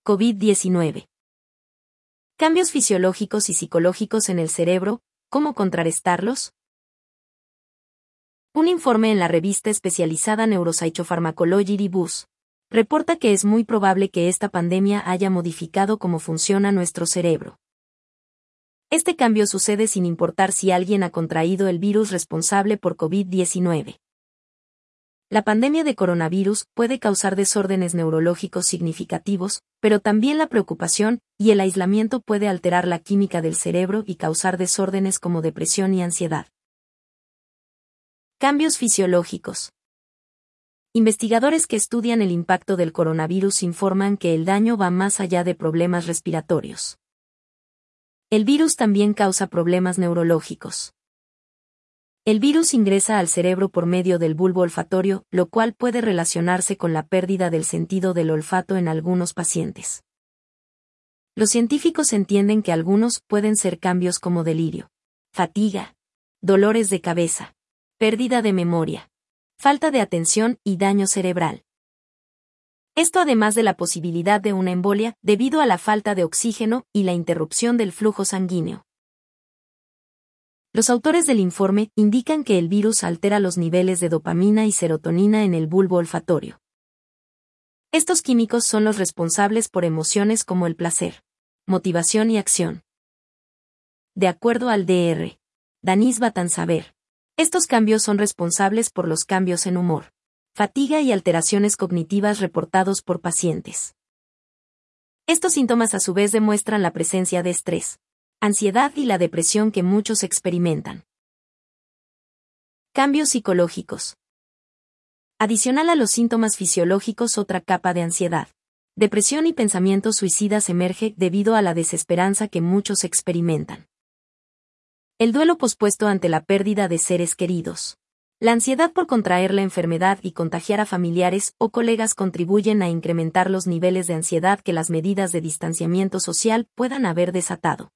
COVID-19. Cambios fisiológicos y psicológicos en el cerebro, ¿cómo contrarrestarlos? Un informe en la revista especializada Neuropsychopharmacology Reviews reporta que es muy probable que esta pandemia haya modificado cómo funciona nuestro cerebro. Este cambio sucede sin importar si alguien ha contraído el virus responsable por COVID-19. La pandemia de coronavirus puede causar desórdenes neurológicos significativos, pero también la preocupación y el aislamiento puede alterar la química del cerebro y causar desórdenes como depresión y ansiedad. Cambios fisiológicos. Investigadores que estudian el impacto del coronavirus informan que el daño va más allá de problemas respiratorios. El virus también causa problemas neurológicos. El virus ingresa al cerebro por medio del bulbo olfatorio, lo cual puede relacionarse con la pérdida del sentido del olfato en algunos pacientes. Los científicos entienden que algunos pueden ser cambios como delirio, fatiga, dolores de cabeza, pérdida de memoria, falta de atención y daño cerebral. Esto además de la posibilidad de una embolia debido a la falta de oxígeno y la interrupción del flujo sanguíneo. Los autores del informe indican que el virus altera los niveles de dopamina y serotonina en el bulbo olfatorio. Estos químicos son los responsables por emociones como el placer, motivación y acción. De acuerdo al Dr. Danis Batansaver, estos cambios son responsables por los cambios en humor, fatiga y alteraciones cognitivas reportados por pacientes. Estos síntomas a su vez demuestran la presencia de estrés, ansiedad y la depresión que muchos experimentan. Cambios psicológicos. Adicional a los síntomas fisiológicos, otra capa de ansiedad, depresión y pensamientos suicidas emerge debido a la desesperanza que muchos experimentan. El duelo pospuesto ante la pérdida de seres queridos. La ansiedad por contraer la enfermedad y contagiar a familiares o colegas contribuyen a incrementar los niveles de ansiedad que las medidas de distanciamiento social puedan haber desatado.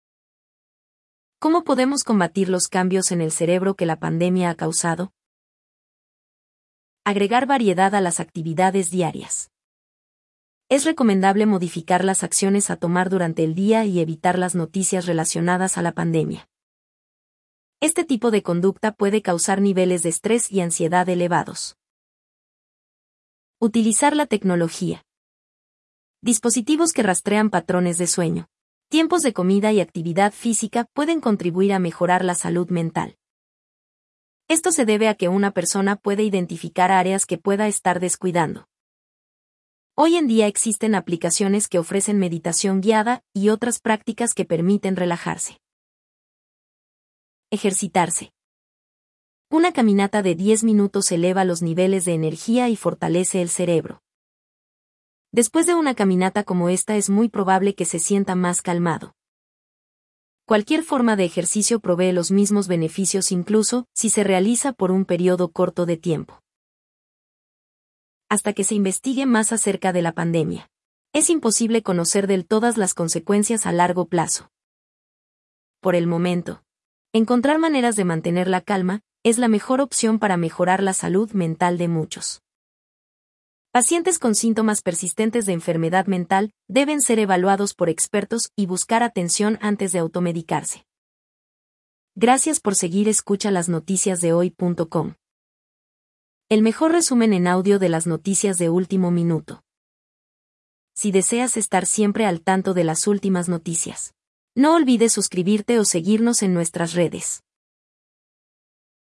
¿Cómo podemos combatir los cambios en el cerebro que la pandemia ha causado? Agregar variedad a las actividades diarias. Es recomendable modificar las acciones a tomar durante el día y evitar las noticias relacionadas a la pandemia. Este tipo de conducta puede causar niveles de estrés y ansiedad elevados. Utilizar la tecnología. Dispositivos que rastrean patrones de sueño, tiempos de comida y actividad física pueden contribuir a mejorar la salud mental. Esto se debe a que una persona puede identificar áreas que pueda estar descuidando. Hoy en día existen aplicaciones que ofrecen meditación guiada y otras prácticas que permiten relajarse. Ejercitarse. Una caminata de 10 minutos eleva los niveles de energía y fortalece el cerebro. Después de una caminata como esta es muy probable que se sienta más calmado. Cualquier forma de ejercicio provee los mismos beneficios incluso si se realiza por un periodo corto de tiempo. Hasta que se investigue más acerca de la pandemia, es imposible conocer del todas las consecuencias a largo plazo. Por el momento, encontrar maneras de mantener la calma es la mejor opción para mejorar la salud mental de muchos. Pacientes con síntomas persistentes de enfermedad mental deben ser evaluados por expertos y buscar atención antes de automedicarse. Gracias por seguir Escucha las noticias de hoy.com. El mejor resumen en audio de las noticias de último minuto. Si deseas estar siempre al tanto de las últimas noticias, no olvides suscribirte o seguirnos en nuestras redes.